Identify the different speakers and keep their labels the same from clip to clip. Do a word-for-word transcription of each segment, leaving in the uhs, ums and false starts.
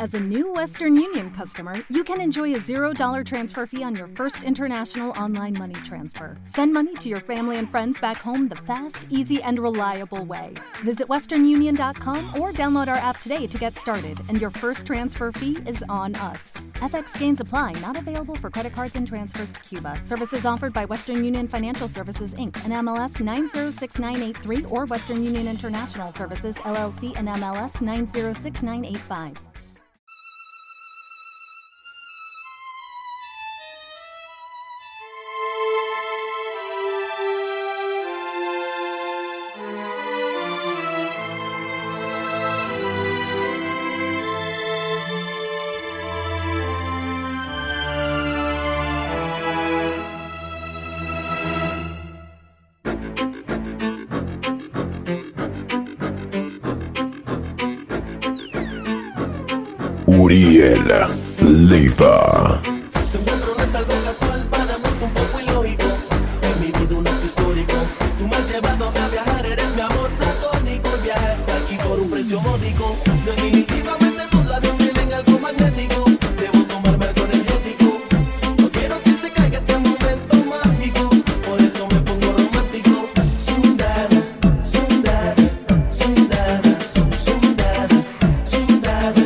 Speaker 1: As a new Western Union customer, you can enjoy a zero dollars transfer fee on your first international online money transfer. Send money to your family and friends back home the fast, easy, and reliable way. Visit western union dot com or download our app today to get started, and your first transfer fee is on us. F X gains apply, not available for credit cards and transfers to Cuba. Services offered by Western Union Financial Services, Incorporated, and M L S nine zero six nine eight three or Western Union International Services, L L C, and M L S nine zero six nine eight five.
Speaker 2: Uriel Leiva.
Speaker 3: Tu encuentro no es algo casual, para mí es un poco ilógico. En mi vida un acto histórico. Tú me has llevado a viajar, eres mi amor platónico. El viaje hasta aquí por un precio módico. Definitivamente tus labios tienen algo magnético. Debo tomarme algo energético. No quiero que se caiga este momento mágico. Por eso me pongo romántico. Sundada, sundada, sundada, sundada, sundada.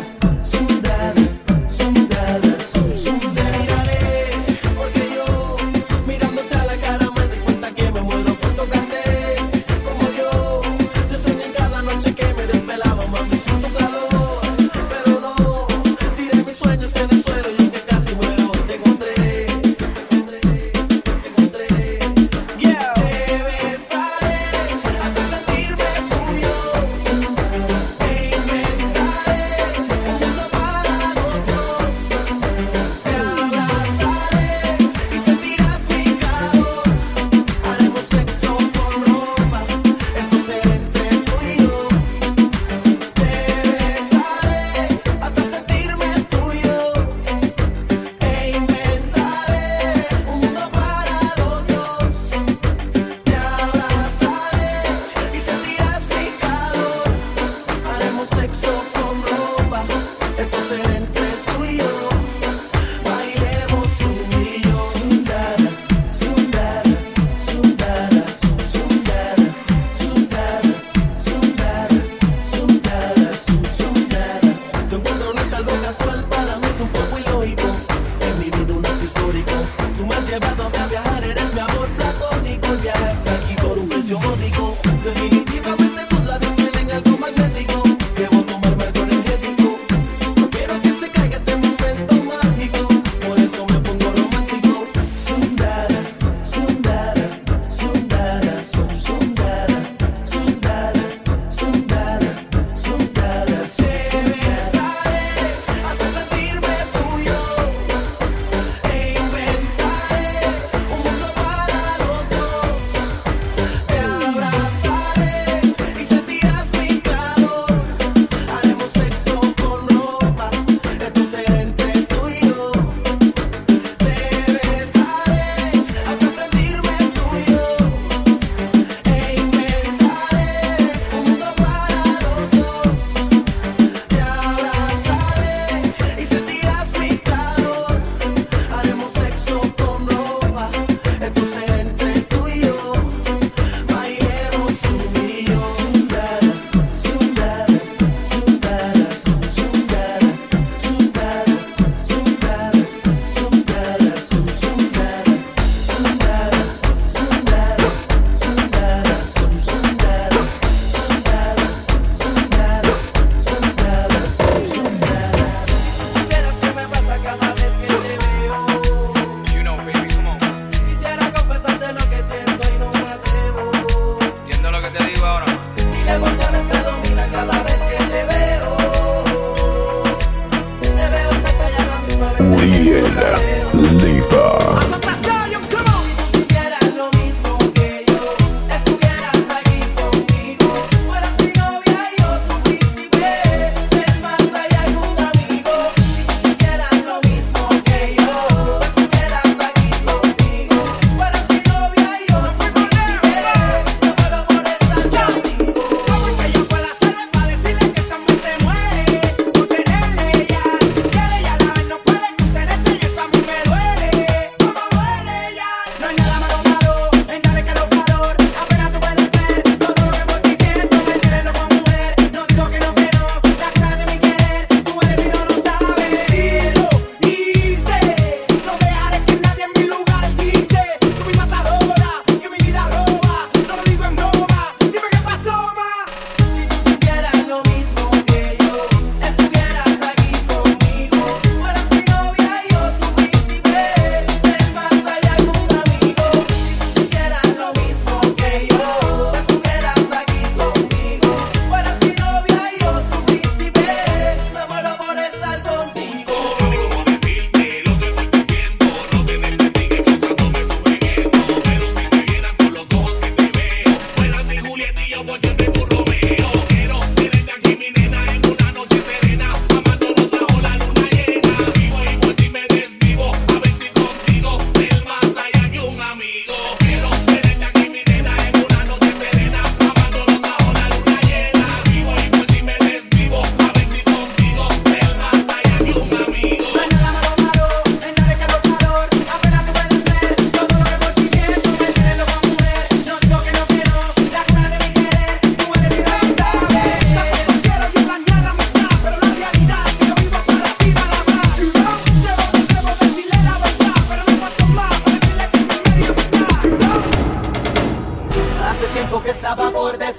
Speaker 4: Yeah.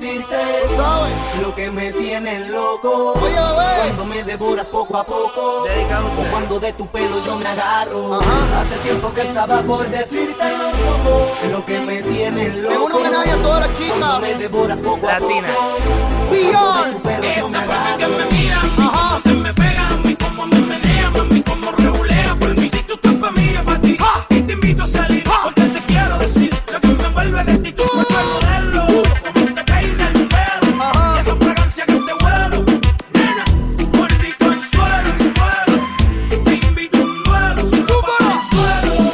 Speaker 3: decirte, ¿sabes? Lo que me tiene loco. Oye, cuando me devoras poco a poco. O cuando de tu pelo yo me agarro. Ajá. Hace tiempo que estaba por decirte loco. Lo que me tiene loco. Me uno homenaje a todas las chicas. Cuando me devoras poco
Speaker 4: Latina.
Speaker 3: a poco. Beyond. Esa forma que me mira,
Speaker 5: cómo te me pega, mami, cómo me menea, mami, cómo regulea. Por mí, si tú estás pa' mí, yo pa' ti. Y te invito a salir, porque te quiero decir lo que me envuelve de ti. Tú me estás modelo, como te peina el pelo. Y esa fragancia que te huelo, nena, mordito en suelo, en vuelo. Te invito a un duelo, sin ropa en el suelo.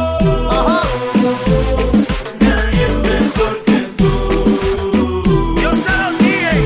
Speaker 5: Nadie mejor que tú. Yo se lo dije.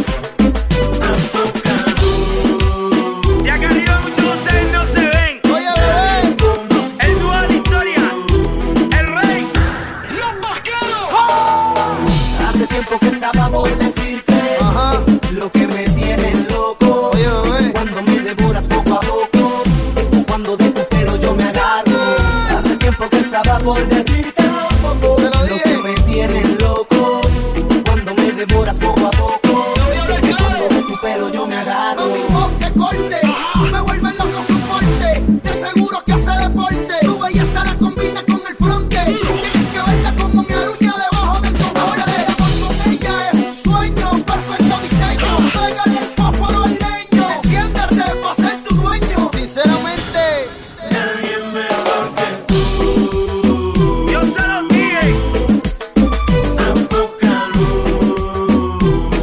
Speaker 5: Y acá arriba muchos de ustedes no se ven.
Speaker 3: Oye, bebé.
Speaker 5: El dúo de la historia, el rey, los vaqueros.
Speaker 3: Hace tiempo que estaba por decirte. Ajá. Lo que me tiene loco. Oye, bebé. Cuando me devoras poco a poco. O cuando de tu pelo yo me agarro. Hace tiempo que estaba por decirte loco. Te lo dije. Lo que me tiene loco. Cuando me devoras poco a poco. Y cuando de tu pelo yo me agarro.
Speaker 6: Que corte, me vuelve loco su porte. De seguro que hace deporte. Su belleza la combina con el fronte. Tienes que verla como mi aruña debajo del cogote. Con ella es un sueño, perfecto diseño. Pégale el fósforo al leño. Enciéndete pa' ser tu dueño.
Speaker 3: Sinceramente,
Speaker 5: Nadie mejor que tú. Yo se lo dije. A poca luz.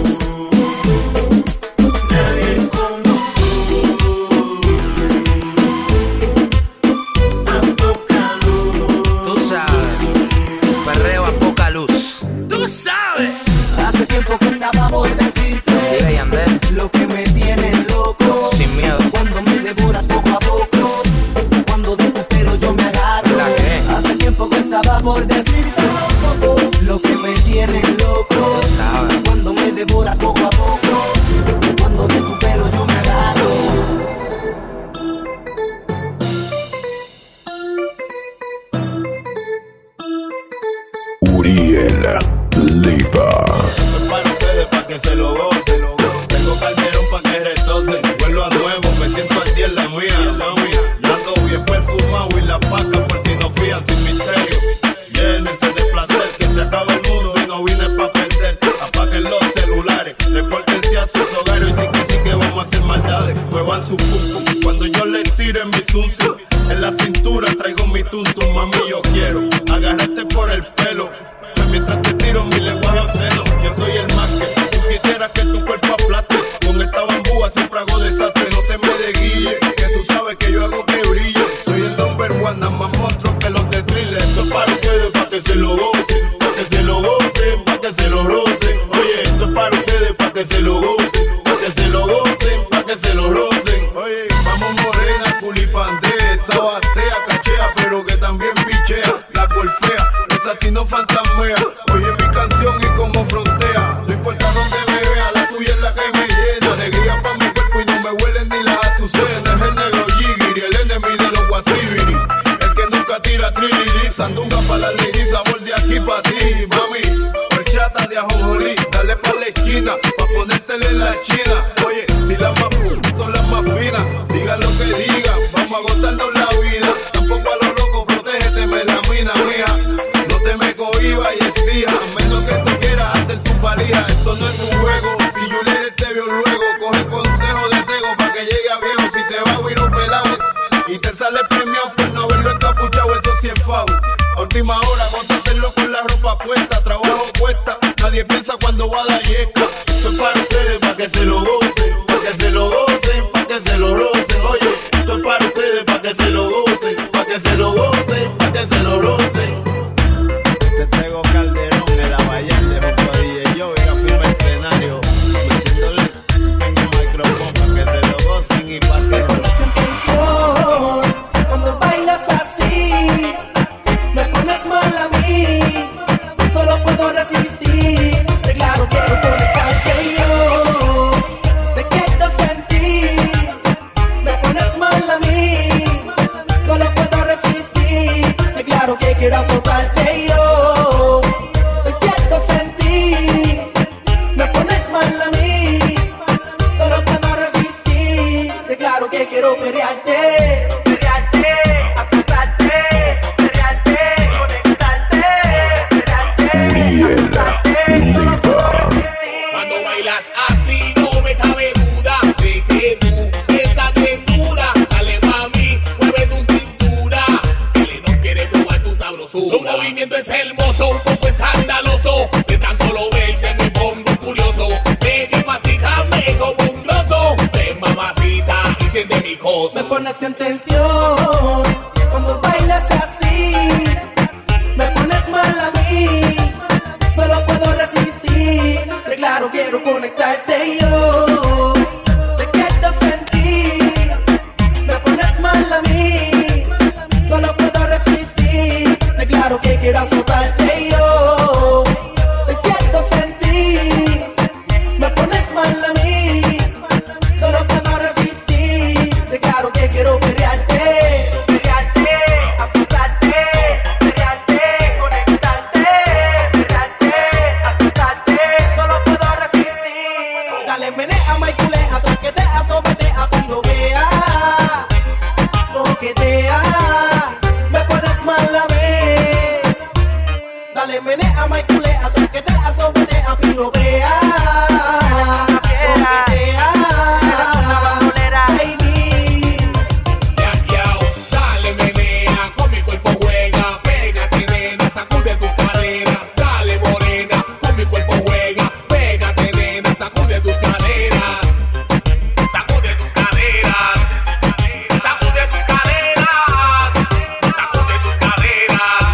Speaker 5: Nadie como tú. A poca luz.
Speaker 4: Tú sabes, perreo a poca luz.
Speaker 5: Tú sabes.
Speaker 3: hace tiempo que estaba por decirte.
Speaker 4: Dile, Yandel,
Speaker 3: Lo que me tiene loco.
Speaker 4: sin miedo.
Speaker 3: Cuando me devoras poco a poco. Cuando de tu pelo yo me agarro.
Speaker 4: ¿La qué?
Speaker 3: Hace tiempo que estaba por decirte loco. Lo que me tiene loco.
Speaker 4: Tú sabes.
Speaker 3: Cuando me devoras poco a poco. Cuando de tu pelo yo me agarro.
Speaker 2: Uriel Leiva.
Speaker 7: Para ustedes, pa' que se lo gocen. Tengo calderón pa' que retocen. Vuelvo a nuevo, me siento al día en la mía. Ando bien perfumado y la paca por si no fían sin misterio. Llénense de placer, que se acaba el mundo y no vine pa' perder. Apaguen los celulares, repórtense a sus hogares. Y sí que sí que vamos a hacer maldades. Muevan su pum pum cuando yo les tire mi zum zum. En la cintura traigo mi tum tum, mami, yo quiero agarrarte por el pelo. Mientras te tiro mi lenguaje obsceno, yo soy el más que tú quisieras que tu cuerpo aplaste. Con esta bambúa siempre hago desastre, no te me desguille, que tú sabes que yo hago que brille. Soy el number one, nada más monstruo que los de thriller. Esto es para ustedes, para que se lo gocen, para que se lo gocen, para que se lo rocen. Oye, esto es para ustedes, para que se lo gocen, para que se lo gocen, para que se lo rocen. Oye, vamos morena, culipandea, esa batea, cachea, pero que también pichea, la golfea, esa sí no fantasmea. Oye mi canción y como frontea, no importa donde me vea, la tuya es la que me llena. Alegría pa' mi cuerpo y no me huelen ni las azucenas. Es el negro Jigiri, el enemy de los guasibiri, el que nunca tira triliri. Sandunga pa' la ley, sabor de aquí pa' ti, mami. Horchata de ajonjolí, dale pa' la esquina, pa' ponértela en la china. Oye, si las más son las más finas, digan lo que digan, vamos a gozarnos la vida. Tampoco a lo loco, protégete, me la mina, mija. No te me cohibas y exija, a menos que tú quieras hacer tu valía. Esto no es un juego, si Juliet te vio luego, coge consejo de Tego pa' que llegue a viejo. Si te va a huir un pelado y te sale premiado por no haberlo encapuchado, eso sí es foul. A última hora, gózatelo con la ropa puesta, trabajo cuesta, nadie piensa cuando va a dar yesca. Esto es para ustedes, pa' que se lo gocen, pa' que se lo gocen, pa' que se lo rocen. Oye, esto es para ustedes, pa' que se lo gocen, pa' que se lo gocen, pa' que se lo rocen. Te traigo Calderón en la Vallarde, junto a D J Joe y a firma el escenario, metiéndole en el micrófono pa' que se lo gocen y pa' que
Speaker 3: Con esa intención, cuando bailas así, me pones mal a mí, no lo puedo resistir. De claro que tú conectaste y yo te quiero sentir. Me pones mal a mí, no lo puedo resistir.
Speaker 6: que quiero perrearte, perrearte, asustarte, perrearte, conectarte, perrearte,
Speaker 5: cuando bailas así no me cabe duda de que tú estás bien dura. Dale mami, mueve tu cintura, que le no quiere probar tu sabrosura. Tu movimiento es hermoso, un poco escandaloso, de tan solo verte me pongo furioso. Baby, masíjame como un trozo, ven mamacita y siente mi cosa.
Speaker 6: Me pones en tensión cuando bailas así, me pones mal a mí, no lo puedo resistir. De claro quiero conectarte yo, te quiero sentir. Me pones mal a mí, no lo puedo resistir. De claro que quiero azotarte yo, te quiero sentir. Me pones mal a mí, no lo puedo resistir. De claro que quiero perrearte, perrearte, azotarte, perrearte, conectarte, perrearte, azotarte, no lo puedo resistir. Dale menea, maiculea, traquetea, sobetea, pirovea, coquetea, me pones mal a mí. Dale menea, maiculea, traquetea, sobetea, pirovea, coquetea, baby.
Speaker 5: Ya, ya, dale menea, con mi cuerpo juega, pégate nena, sacude tus caderas. Dale morena, con mi cuerpo juega, pégate nena, sacude tus caderas. Sacude tus caderas, sacude tus caderas, sacude tus caderas.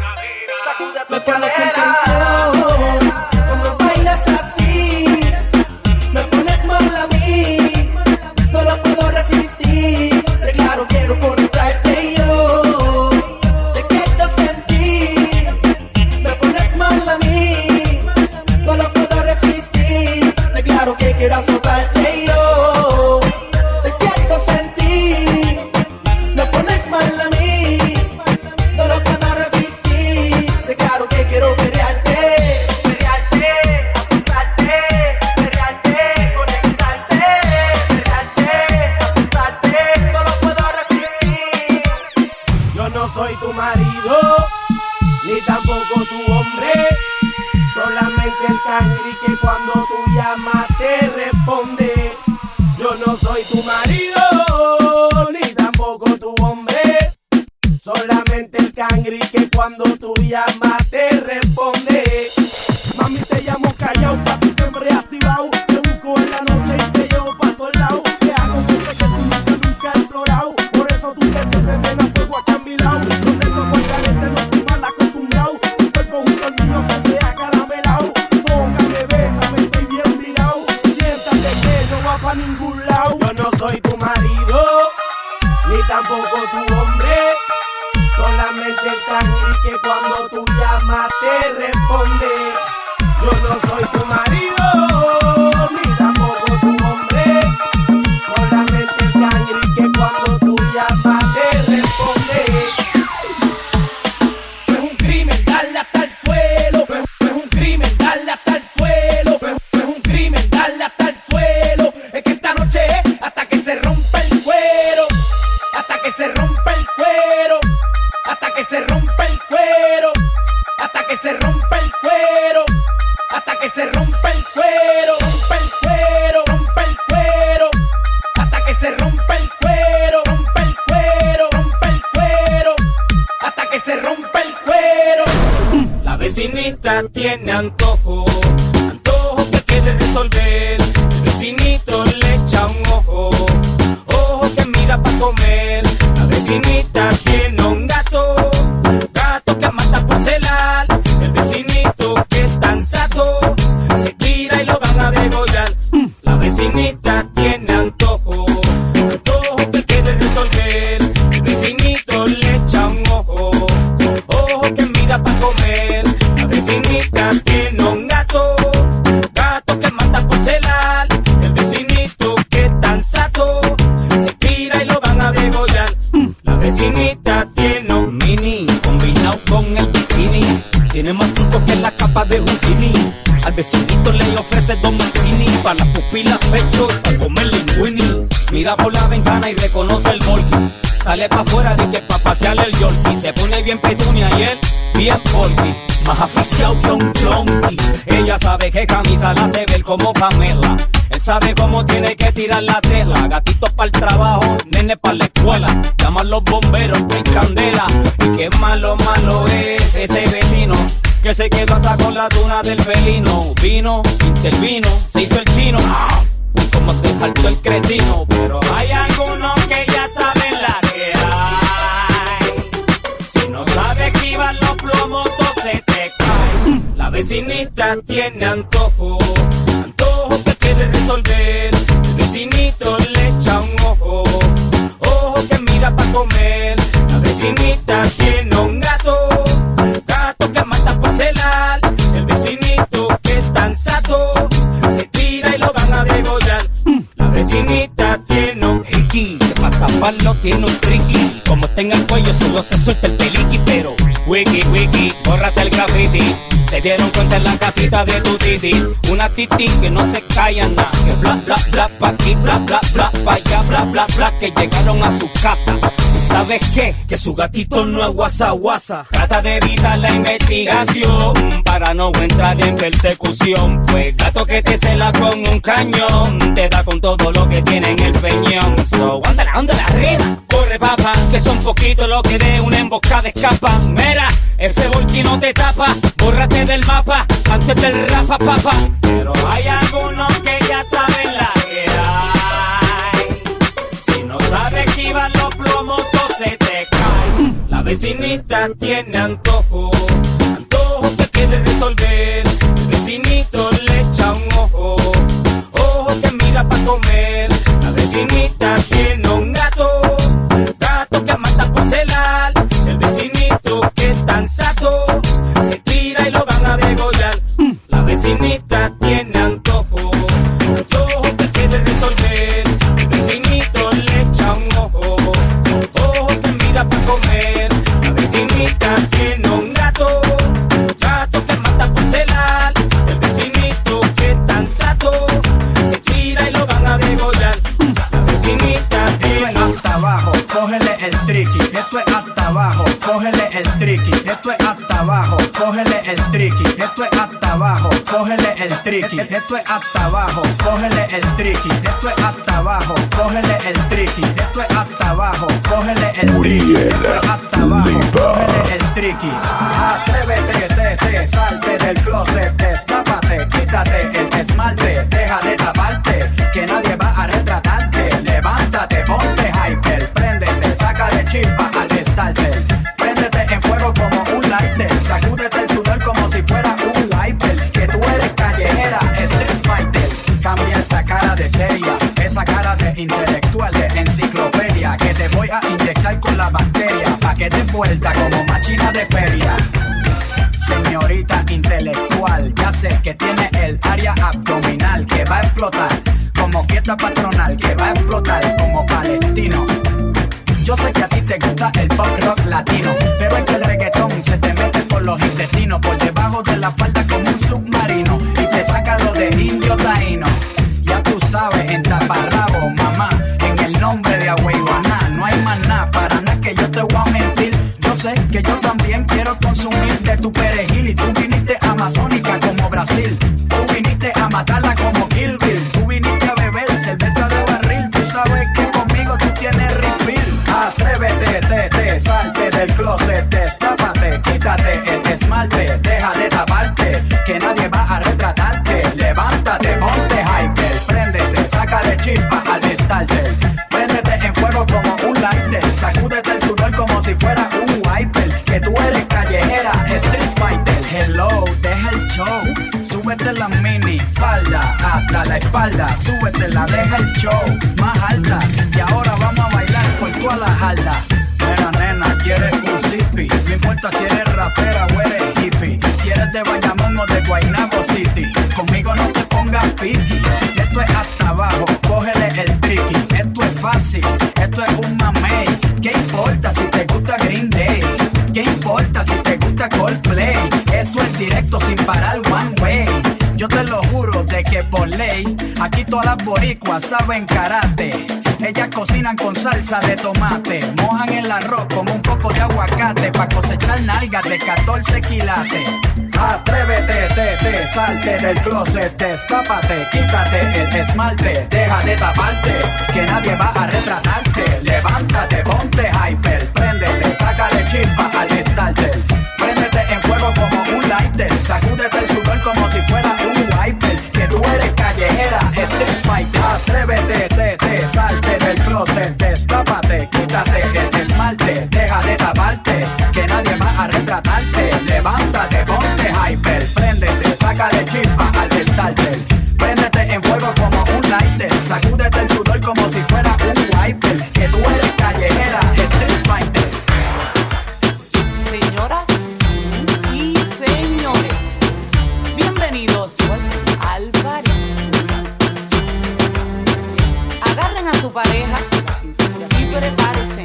Speaker 6: Me pones en tensión cuando bailas así, me pones mal a mí, no lo puedo resistir. De claro quiero conectarte yo, te quiero sentir. Me pones mal a mí, no lo puedo resistir. De claro que quiero azotarte yo, te quiero sentir. Me pones mal a mí, no lo puedo resistir. De claro que quiero perrearte, perrearte, azotarte, perrearte, conectarte, perrearte, azotarte, no lo puedo resistir.
Speaker 8: Yo no soy tu marido, ni tampoco tu hombre. Solamente el cangri que cuando tú llamas te responde. Yo no soy tu marido, ni tampoco tu hombre. Solamente el cangri que cuando tú llamas te responde. Mami, te llamo callao, pa' ti siempre activado. Te busco en la noche y te llevo pa' todos lados. Te hago cosas que tú nunca, nunca has explorado. Por eso tú te sientes bien a fuego acá a mi lado. Donde somos careces, no estoy mal acostumbrado. Un cuerpo junto al mío que te ha caramelado. Tócame, bésame, estoy bien tirado. Siéntate que no va pa' ningún lado. Yo no soy tu marido, ni tampoco tu hombre. Solamente el cangri que cuando tú llamas te responde. Yo no soy tu marido, ni tampoco tu hombre. Solamente el cangri que cuando tú llamas te responde.
Speaker 5: No es un crimen darle hasta el suelo, no es, no es un crimen darle hasta el suelo, no es, no es un crimen darle hasta el suelo. Es que esta noche es hasta que se rompa el cuero, hasta que se rompa el cuero, hasta que se rompa el cuero, hasta que se rompa el cuero, hasta que se rompa el cuero, rompa el cuero, rompa el cuero, hasta que se rompa el cuero, rompa el cuero, rompa el cuero, hasta que se rompa el cuero.
Speaker 8: La vecinita tiene antojo, antojo que quiere resolver. El vecinito le echa un ojo, ojo que mira pa' comer. La vecinita tiene un gato, gato que mata por celar. El vecinito que es tan sato, se tira y lo van a degollar. La vecinita tiene antojo, antojo que quiere resolver. El vecinito le echa un ojo, ojo que mira pa' comer. La vecinita tiene un gato, gato que mata por celar. El vecinito que es tan sato, se tira y lo van a degollar. La vecinita tiene un mini, combinado con el bikini. Tiene más trucos que la capa de Houdini. Al vecinito le ofrece dos martini, pa' las pupilas pecho, pa' comer linguini.
Speaker 9: Mira por la ventana y reconoce el volky. Sale pa' afuera de que pa' pasearle el yorkie. Se pone bien petunia y él bien porky. Más aficiado que un junkie. Ella sabe que camisa la hace ver como Pamela. Él sabe cómo tiene que tirar la tela. Gatitos para el trabajo, nene para la escuela. Llaman los bomberos, que hay candela. Y qué malo, malo es ese vecino que se quedó hasta con la tuna del felino. Vino, intervino, se hizo el chino. Uy, cómo se saltó el cretino. Pero hay algunos que ya saben la que hay. Si no sabes esquivar los plomos, se te cae. La vecinita tiene antojo, antojo que quiere resolver. El vecinito le echa un ojo, ojo que mira pa' comer. La vecinita tiene un gato, gato que mata por celar. El vecinito que es tan sato, se tira y lo van a degollar. La vecinita tiene un hickey, que pa' taparlo tiene un tricky. Como está en el cuello solo se suelta el peliqui. Pero wiki, wiki, bórrate el graffiti. Se dieron cuenta en la casita de tu titi. Una titi que no se calla nada. Que bla, bla, bla, pa' aquí, bla, bla, bla, pa' allá, bla, bla, bla. Que llegaron a su casa. ¿Y sabes qué? Que su gatito no es guasa, guasa. Trata de evitar la investigación para no entrar en persecución. Pues gato que te cela con un cañón te da con todo lo que tiene en el peñón. So, ándale, ándale arriba. Corre, papá, que son poquitos lo que de una emboscada escapa. Mira, ese volky no te tapa. Bórrate del mapa antes del rapa, papá. Pero hay algunos que ya saben la que hay. Si no sabes esquivar los plomos, todo se te cae. La vecinita tiene antojo, antojo que quiere resolver. El vecinito le echa un ojo, ojo que mira pa' comer. La vecinita tiene un gato, gato que mata por celar. El vecinito que es tan sato, se tira y lo van a degollar. La vecinita tiene antojo, antojo que quiere resolver. El vecinito le echa un ojo, ojo que mira pa' comer. La vecinita tiene un gato, gato que mata por celar. El vecinito que es tan sato, se tira y lo van a degollar. La vecinita tiene
Speaker 10: hasta abajo, cógele el tricky. Esto es hasta abajo, cógele el tricky. Esto es hasta abajo, cógele el tricky. Esto es hasta abajo, cógele el tricky. Esto es hasta abajo, cógele el tricky. Esto es hasta abajo, cógele el tricky. Esto es hasta abajo, cógele el tricky. Esto es hasta abajo, cógele el tricky. Atrévete, te, te, salte del closet, destápate, quítate el esmalte, deja de taparte, que nadie va a retratarte. Levántate, ponte hyper, préndete, saca de chispa al starter. Préndete en fuego como un lighter, sacúdete el sudor como si fuera un wiper. Que tú eres callejera, street fighter. Cambia esa cara de seria, esa cara de intelectual, de enciclopedia. Que te voy a inyectar con la bacteria, pa' que te vuelta como machina de feria. Señorita intelectual, ya sé que tiene el área abdominal que va a explotar como fiesta patronal, que va a explotar como palestino. Yo sé que a ti te gusta el pop rock latino, pero es que el reggaetón se te mete por los intestinos, por debajo de la falda como un submarino, y te saca lo de indio taíno. Ya tú sabes, en taparrabo, mamá, en el nombre de Agüeyuaná, no hay más nada, para nada que yo te voy a mentir. Yo sé que yo también quiero consumir de tu perejil, y tú viniste amazónica como Brasil, tú viniste a matarla como Kill Bill, tú viniste a beber cerveza de barril, tú sabes que conmigo tú tienes refill. Atrévete, te, te, salte del closet, destápate, quítate el esmalte, deja de taparte, que nadie va a retratarte. Levántate, ponte hyper, préndete, saca de chispa al starter. Préndete en fuego como un lighter, sacúdete el sudor como si fuera un wiper. Que tú eres callejera, street fighter. Hello, deja el show, súbete la mini falda hasta la espalda, súbetela, deja el show más alta. Y ahora vamos a bailar por toda la jarda. Mira nena, quieres un zippy, no importa si eres rapera o eres hippie, si eres de Bayamón o de Guaynabo City, conmigo no te pongas piqui. Esto es hasta abajo, cógele el tricky. Esto es fácil, esto es un mamey. ¿Qué importa si te gusta Green Day? ¿Qué importa si te gusta Coldplay? Esto es directo sin parar one way. Yo Yo te lo juro de que por ley, aquí todas las boricuas saben karate. Ellas cocinan con salsa de tomate, mojan el arroz con un poco de aguacate pa' cosechar nalgas de catorce quilates. Atrévete, te, te, salte del closet, destápate, quítate el esmalte, deja de taparte, que nadie va a retratarte. Levántate, ponte hyper, préndete, sácale chispa al starter. Préndete en fuego como un lighter, sacúdete el sudor como si fuera un wiper. Que tú eres callejera, street fighter. Atrévete, te, te, salte del closet, destápate, quítate el esmalte, deja de taparte, que nadie va a retratarte. Levántate, ponte hyper, préndete, sácale chispa al starter. Préndete en fuego como un lighter, sacúdete el sudor como si fuera un wiper. Que tú eres callejera, street fighter.
Speaker 11: Señoras y señores, bienvenidos al party. Agarren a su pareja y prepárense,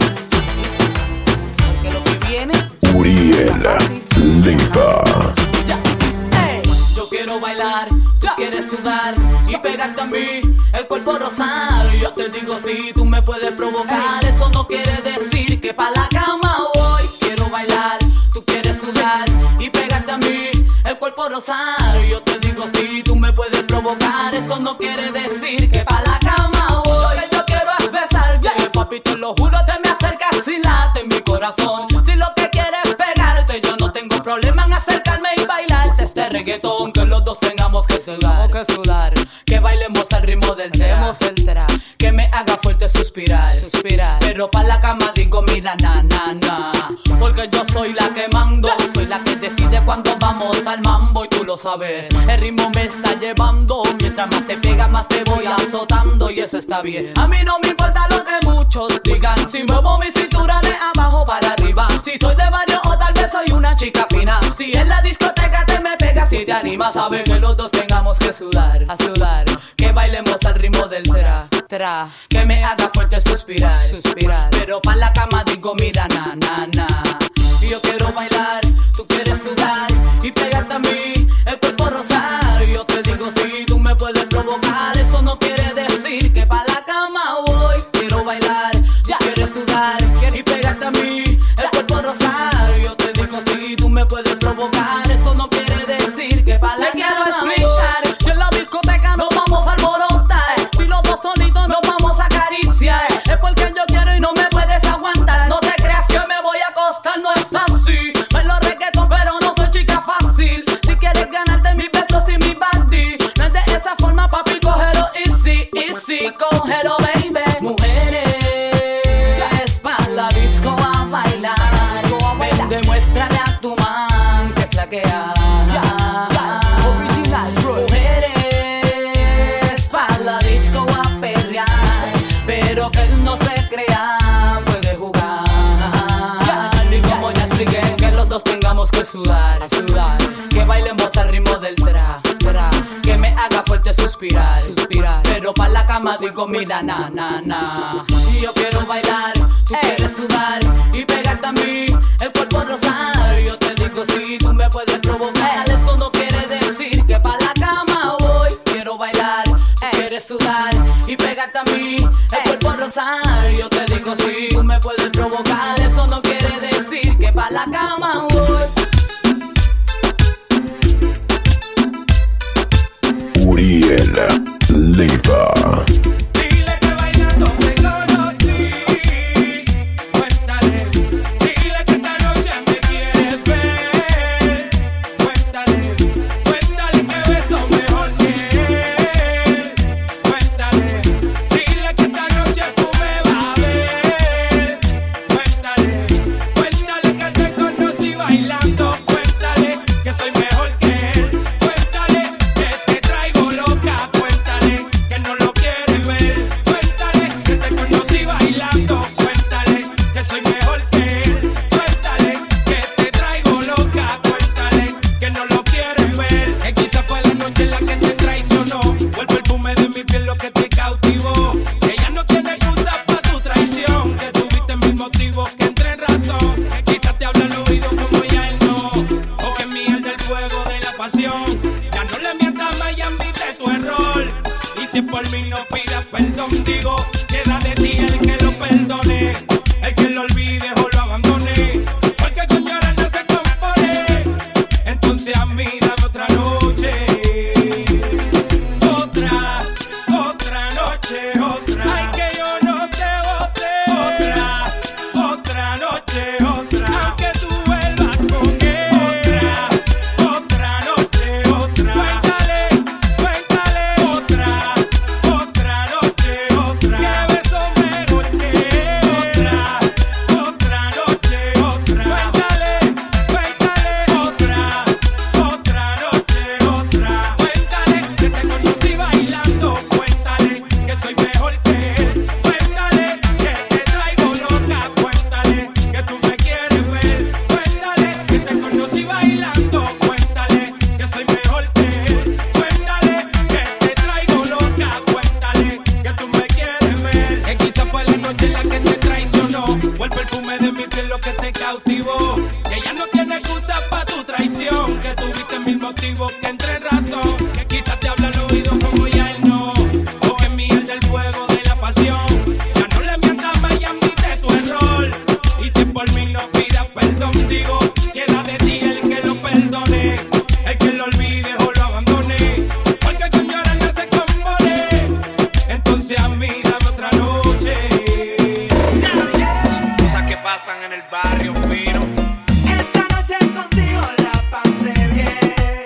Speaker 11: porque lo que viene
Speaker 2: Uriel Leiva.
Speaker 11: Hey, yo quiero bailar, tú quieres sudar y pegarte a mí, el cuerpo rosado. Yo te digo si tú me puedes provocar, eso no quiere decir que pa' la cama voy. Quiero bailar, tú quieres sudar y pegarte a mí, el cuerpo rosado. Yo te digo si tú me puedes provocar, eso no quiere decir que pa' la cama voy. Lo que yo quiero es besar, yeah. Papi, te lo juro, te me acercas y late en mi corazón. Si lo que quieres es pegarte, yo no tengo problema en acercarme y bailarte este reggaetón, que los dos tengamos que sudar, que sudar, que bailemos al ritmo del tra, el tra, que me haga fuerte suspirar, suspirar, pero pa' la cama digo mira na na na, porque yo soy la que mando, soy la que decide cuando vamos al mambo y tú lo sabes, el ritmo me está llevando, mientras más te pega más te voy azotando y eso está bien. A mí no me importa lo que muchos digan, si muevo mi cintura de abajo para arriba, si soy de barrio o tal vez soy una chica fina, si en la discoteca te me pegas y te animas, sabes que los dos tengamos que sudar, a sudar, que bailemos al ritmo del tra, tra, que me haga fuerte suspirar, suspirar, pero pa' la cama digo mira na na na, y yo quiero bailar, tú quieres sudar y pegarte a mí, el cuerpo rosado. Yo te digo si tú me puedes provocar, eso no quiere decir que pa' la cama voy. Quiero bailar, ya quieres sudar y pegarte a mí, el cuerpo rosado. Yo te digo si tú me puedes provocar, eso no quiere decir que pa' la te cama quiero explicar, voy. Si en la discoteca nos vamos a alborotar, si los dos solitos nos vamos a acariciar, es porque yo quiero y no me puedes aguantar. No te creas que me voy a acostar, no es así. Bailo reggaetón pero no soy chica fácil. Si quieres ganarte mis besos y mi body, no es de esa forma papi, cógelo easy, easy, cógelo baby. Mujeres, la espalda disco a bailar, ven, demuéstrale a tu man que es la que hay. Mujeres, espalda disco a perrear, pero que él no se crea, puede jugar. Y como ya expliqué, que los dos tengamos que sudar, sudar, que bailemos al ritmo del tra, tra, que me haga fuerte suspirar, suspirar, pero pa' la cama digo mira na na na. Y yo quiero bailar, tú hey. quieres sudar y pegarte a mí, el cuerpo rosado. Yo te digo si tú me puedes provocar, eso no quiere decir que pa' la cama voy. Quiero bailar, hey. quieres sudar y pegarte a mí, el cuerpo rosado. Yo te digo si tú me puedes provocar, eso no quiere decir que pa' la cama voy.
Speaker 2: Uriel Leiva.
Speaker 5: Dile que bailando te conocí. contigo, queda de ti el que lo perdone, el que lo olvide o lo abandone, porque con llorar no se compone. Entonces a mí dame otra noche, otra, otra noche, otra. Ay, que yo no te bote, otra, otra noche, otra. Aunque tú vuelvas con él, otra, otra noche, otra. Cuéntale, cuéntale, otra, otra noche, otra. Que beso mejor que otra, otra noche, otra. Cuéntale, cuéntale, otra, otra noche, otra. Cuéntale que te conocí bailando, cuéntale que soy mejor que él, cuéntale que te traigo loca, cuéntale que tú me quieres ver, cuéntale que te conocí bailando, cuéntale que soy mejor que él, cuéntale que te traigo loca, cuéntale que tú me quieres ver. Que quizá fue la noche en la que te traicionó, fue el perfume de mi piel lo que te cautivó, que ya no tiene excusa pa' tu traición, que tuviste mil motivos que entre razón, que quizás te habla al oído como ya él no, o que miel del fuego de la pasión, ya no le mientas más y admite tu error, y si por mí no pidas perdón, digo, queda de ti el que lo perdone, el que lo olvide o lo abandone, porque con llorar no se compone. Entonces a mí dame otra noche.
Speaker 4: Cosas que pasan en el barrio fino.
Speaker 5: Esta noche contigo la pasé bien,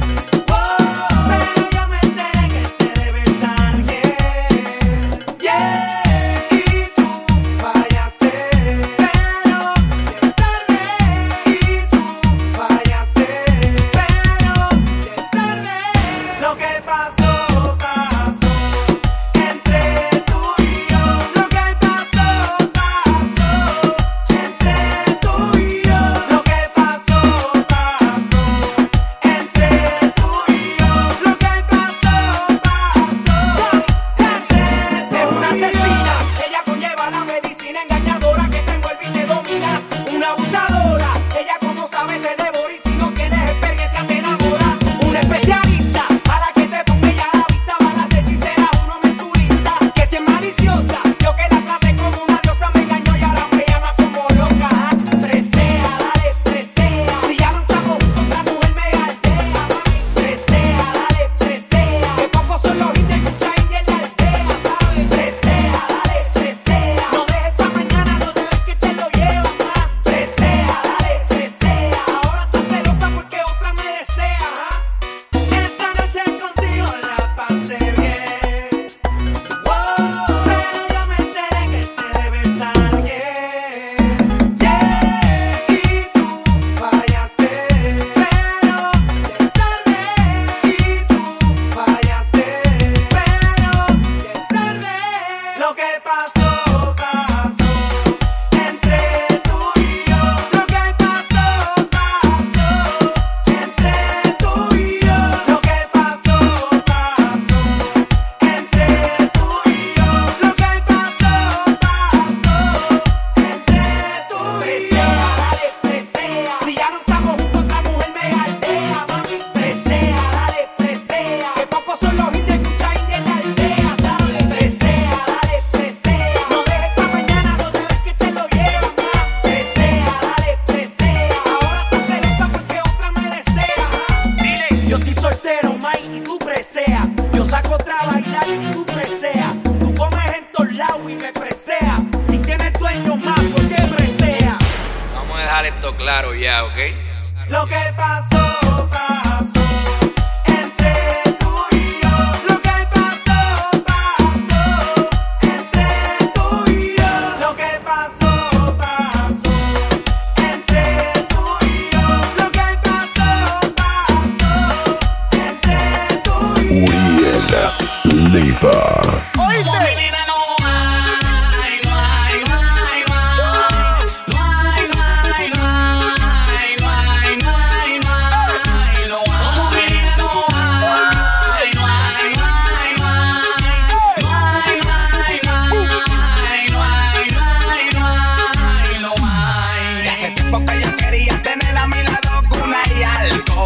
Speaker 5: oh, pero yo me enteré que te debes a alguien, yeah, y tú fallaste, pero ya es tarde, y tú fallaste, pero ya es tarde. Lo que pasó, pasó entre tú y yo, lo que pasó, pasó entre tú y yo, lo que pasó, pasó entre tú y yo, lo que pasó, pasó entre tú. Es una asesina, ella conlleva la medicina engañadora que te envuelve y te domina, una abusadora, ella como sabe te devora y si no tienes experiencia te enamora, una especialista para que te ponga ella a la vista, balas hechiceras, uno mensurista, que si es maliciosa, yo que la traté como una diosa me engañó y ahora me llama como loca. Presea, dale, presea, si ya no estamos juntos otra mujer me galdea, mami. Presea, dale, presea, que pocos son los hits que escucha y en la aldea, ¿sabes? Presea, dale, presea, no dejes pa' mañana, no dejes que te lo llevan más. Presea, dale, presea, ahora estás celosa porque otra me desea, ¿ah? Esa noche contigo la pasé bien, wow, pero yo me enteré que te debes a alguien, yeah, y tú fallaste, pero ya es tarde, y tú fallaste, pero ya es tarde. Lo que pasó, pasó entre tú y yo, lo que pasó, pasó entre tú y yo, lo que pasó, pasó entre tú y yo, lo que pasó, pasó entre tú y yo. Presea, dale, presea, si ya no estamos juntos otra mujer me galdea, mami. Presea, dale, presea, que pocos son los hits que escucha y en la aldea, ¿sabes? Presea, dale, presea, no dejes pa' mañana, no dejes que te lo llevan más. Presea, dale, presea, ahora estás celosa porque otra me desea, ¿ah? Dile, yo soy soltero, Mike, y tú presea, yo saco otra a bailar y tú presea, tú comes en todos lados y me presea, si tienes dueño más, ¿por qué presea?
Speaker 4: Vamos a dejar esto claro ya, ¿ok?
Speaker 5: Lo que pasó, pasó entre tú y yo, lo que pasó, pasó entre tú y yo, lo que pasó, pasó entre tú y yo, lo que pasó, pasó entre tú y yo.
Speaker 2: Uriel Leiva.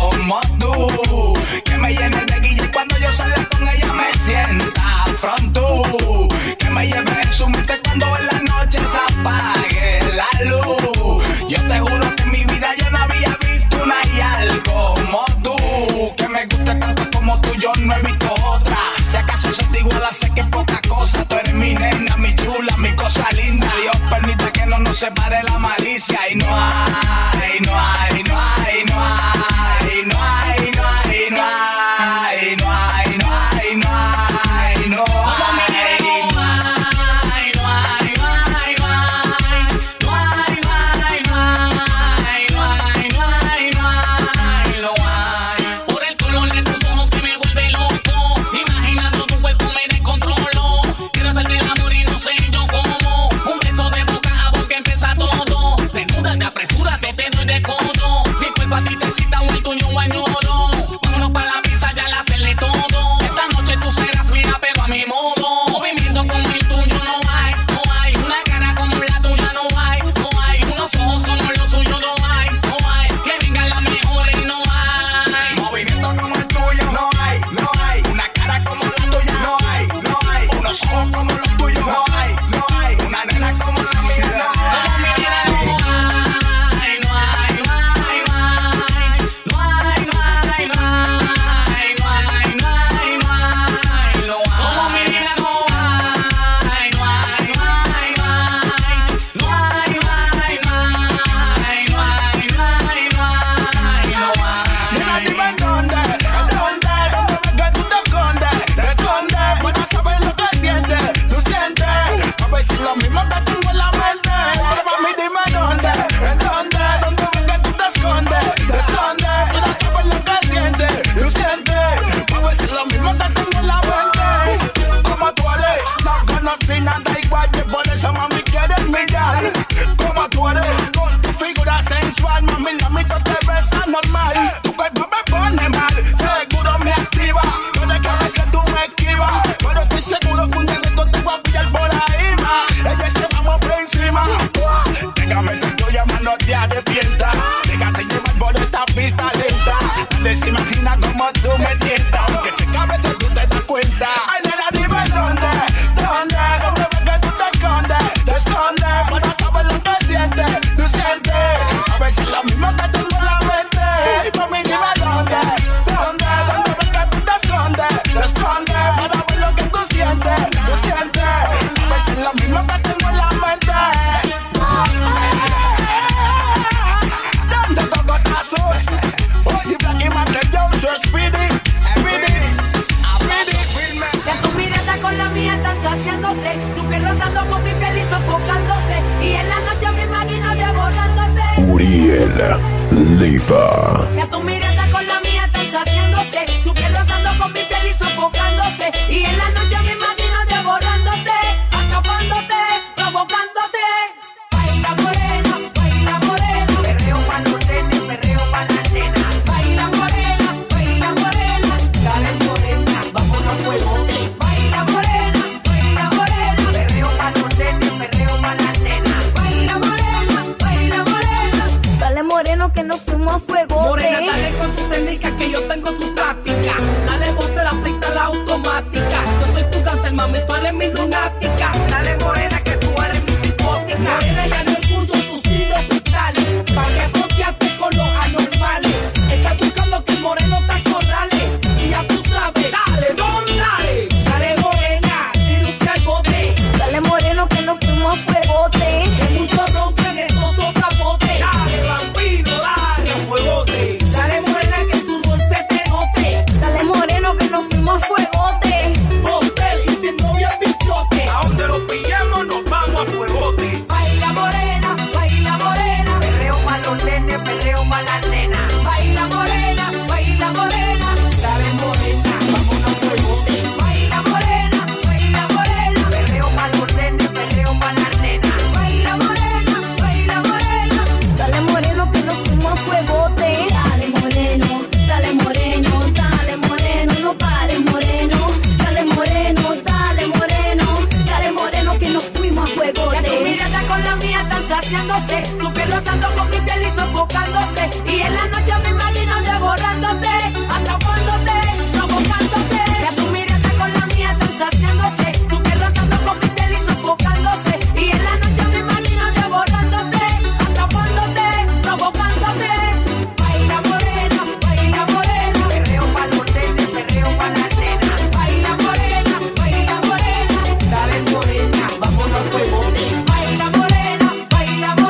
Speaker 10: Como tú, que me llene de guille cuando yo salga con ella me sienta pronto.
Speaker 12: separe la malicia y no hay, no hay, no hay, no hay, no hay, no hay, no hay, no hay, no hay, no hay, no
Speaker 11: a ti te cita un el tuyo bañolo. Vámonos pa' la pizza, ya la hacerle todo. Esta noche tú serás mía, pero a mi modo. Movimiento como el tuyo no hay, no hay. Una cara como la tuya no hay, no hay. Unos ojos como los suyos no hay, no hay. Que vengan las mejores y no hay.
Speaker 12: Movimiento como el tuyo no hay, no hay. Una cara como la tuya no hay, no hay. Unos ojos como los tuyos no hay, no hay. Una nena como la mía no hay.
Speaker 6: Lo mismo que tengo en la mente, pero para mí dime dónde, en dónde, dónde ves que tú te escondes, te escondes, tú no sabes lo que sientes, tú sientes, para ver si lo mismo que tengo en la mente, como tú eres, no conocí nada igual, y por eso mami quieres millar, como tú eres, con tu figura sensual, mami la mitad te besa normal, tu cuerpo me pone mal, seguro me activa, pero es que a veces tú me esquivas, pero estoy seguro que un día de esto te voy a pillar por ahí. Ella es que vamos por encima. Déjame ser tuya, mano, te arrepienta. Déjate llevar por esta pista lenta. Nadie se imagina cómo tú me tientas. Aunque sé que a veces tú te das cuenta. Ay, nena, dime dónde, dónde, dónde ves que tú te escondes, te escondes. Para saber lo que sientes, tú sientes. A veces lo mismo que tengo en la mente. Y mami, dime dónde, dónde, dónde ves que tú te escondes, te escondes. Para ver lo que tú sientes, tú sientes. Es lo mismo que tengo en la mente. Dando cocotazos. Oye, Black y Michael Jones, Speedy, Speedy, Speedy.
Speaker 13: Ya tu mirada con la mía están saciándose. Tu piel rozando con mi piel y sofocándose. Y en la noche me imagino devorándote.
Speaker 2: Uriel Leiva.
Speaker 13: Ya tu mirada con la mía están saciándose. Tu piel rozando con mi piel y sofocándose. Y en la noche me imagino devorándote. Acabándote, provocándote. Baila morena, baila morena. Perreo pa' los nenes, perreo pa' la nena. Baila morena, baila morena. Dale morena, vámonos a fuegote. Baila morena, baila morena. Perreo pa' los nenes, perreo pa' la nena. Baila morena, baila morena.
Speaker 14: Dale moreno que nos fuimos a fuegote.
Speaker 5: Morena, dale con tu técnica que yo tengo tu táctica. Dale bote la aceita la automática. Yo soy tu cáncer, mami, tú eres mi lunática. Dale morena que tú eres mi psicótica. Morena, ya no escucho tus signos vitales. Pa' que fronteaste con los anormales. Estás buscando que el moreno te acorrale. Y ya tú sabes, dale, don, dale. Dale morena, tírate al bote.
Speaker 14: Dale moreno que nos fuimos a fuegote.
Speaker 5: Que muchos rompen estos soplapotes. Dale vampiro, dale a fuegote. Dale morena que su dulce se te note.
Speaker 14: Dale moreno que nos fuimos a fuegote.
Speaker 5: Motel y sin novia bichote. A donde lo pillemos nos vamos a fuegote.
Speaker 13: Baila morena, baila morena.
Speaker 5: Perreo pa' los nenes, perreo pa' la nena.
Speaker 13: Baila morena, baila morena.
Speaker 5: Dale morena, vámonos a fuegote.
Speaker 13: Baila morena, baila morena.
Speaker 5: Perreo pa' los nenes, perreo pa' la nena.
Speaker 13: Baila morena, baila morena.
Speaker 14: Dale moreno que nos fuimos a fuegote. Dale moreno, dale moreno, dale moreno, no pares moreno. Dale moreno, dale moreno, dale moreno que nos fuimos a fuegote.
Speaker 13: Ya tu mirada con la mía están saciándose. Tu piel rozando con mi piel y sofocándose. Y en la noche me imagino devorándote, atrapándote, provocándote. Ya tu mirada con la mía están saciándose. Tu piel rozando con mi piel y sofocándose. Y en la noche me imagino devorándote, atrapándote, provocándote. Baila morena, baila morena.
Speaker 5: Perreo pa' los nenes, perreo pa' la nena.
Speaker 13: Baila morena, baila morena.
Speaker 5: Dale morena, vámonos a fuegote.
Speaker 13: Baila morena, baila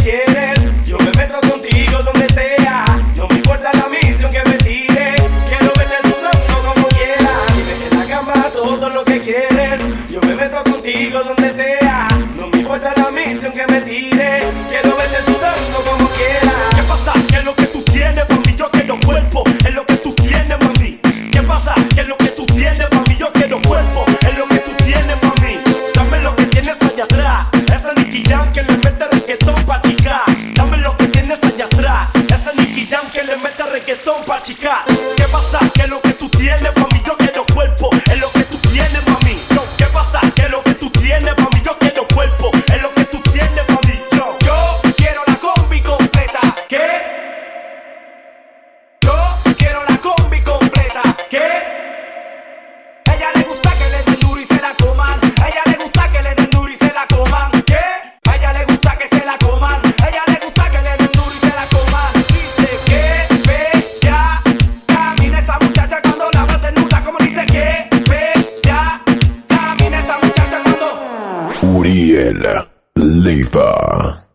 Speaker 8: quieres. Yo me meto contigo donde sea. No me importa la misión que me tire. Quiero verte sudando como quieras. Dime en la cama todo lo que quieres. Yo me meto contigo donde sea. No me importa la misión que me tire. Quiero verte sudando como quieras. ¿Qué pasa? ¿Qué es lo que tú tienes, mami? Yo quiero cuerpo. Es lo que tú tienes, mami. ¿Qué pasa? ¿Qué es lo que tú tienes, mami? Yo quiero cuerpo. Es lo que tú tienes, mami. Dame lo que tienes allá atrás. Ese Nicky Jam que le mete reggaetón pa' chicar. Dame lo que tienes allá atrás. Ese Nicky Jam que le mete reggaetón pa' chicar. ¿Qué pasa? ¿Qué es lo que tú tienes, mami? Yo quiero cuerpo. Es lo que tú tienes, mami. Yo, ¿qué pasa? ¿Qué es lo que tú tienes, mami? Yo quiero cuerpo. Es lo que tú tienes, mami. Yo, yo quiero la combi completa. ¿Qué? Yo quiero la combi completa. ¿Qué? Ella le gusta que le den duro y se la coman. Ella le gusta que le den duro y se la coman. ¿Qué? A ella le gusta que se la coman. Ella le gusta que le den duro y se la coman. Dice que bella camina esa muchacha cuando la ves desnuda. Como dice que bella camina esa muchacha cuando
Speaker 2: Uriel Leiva.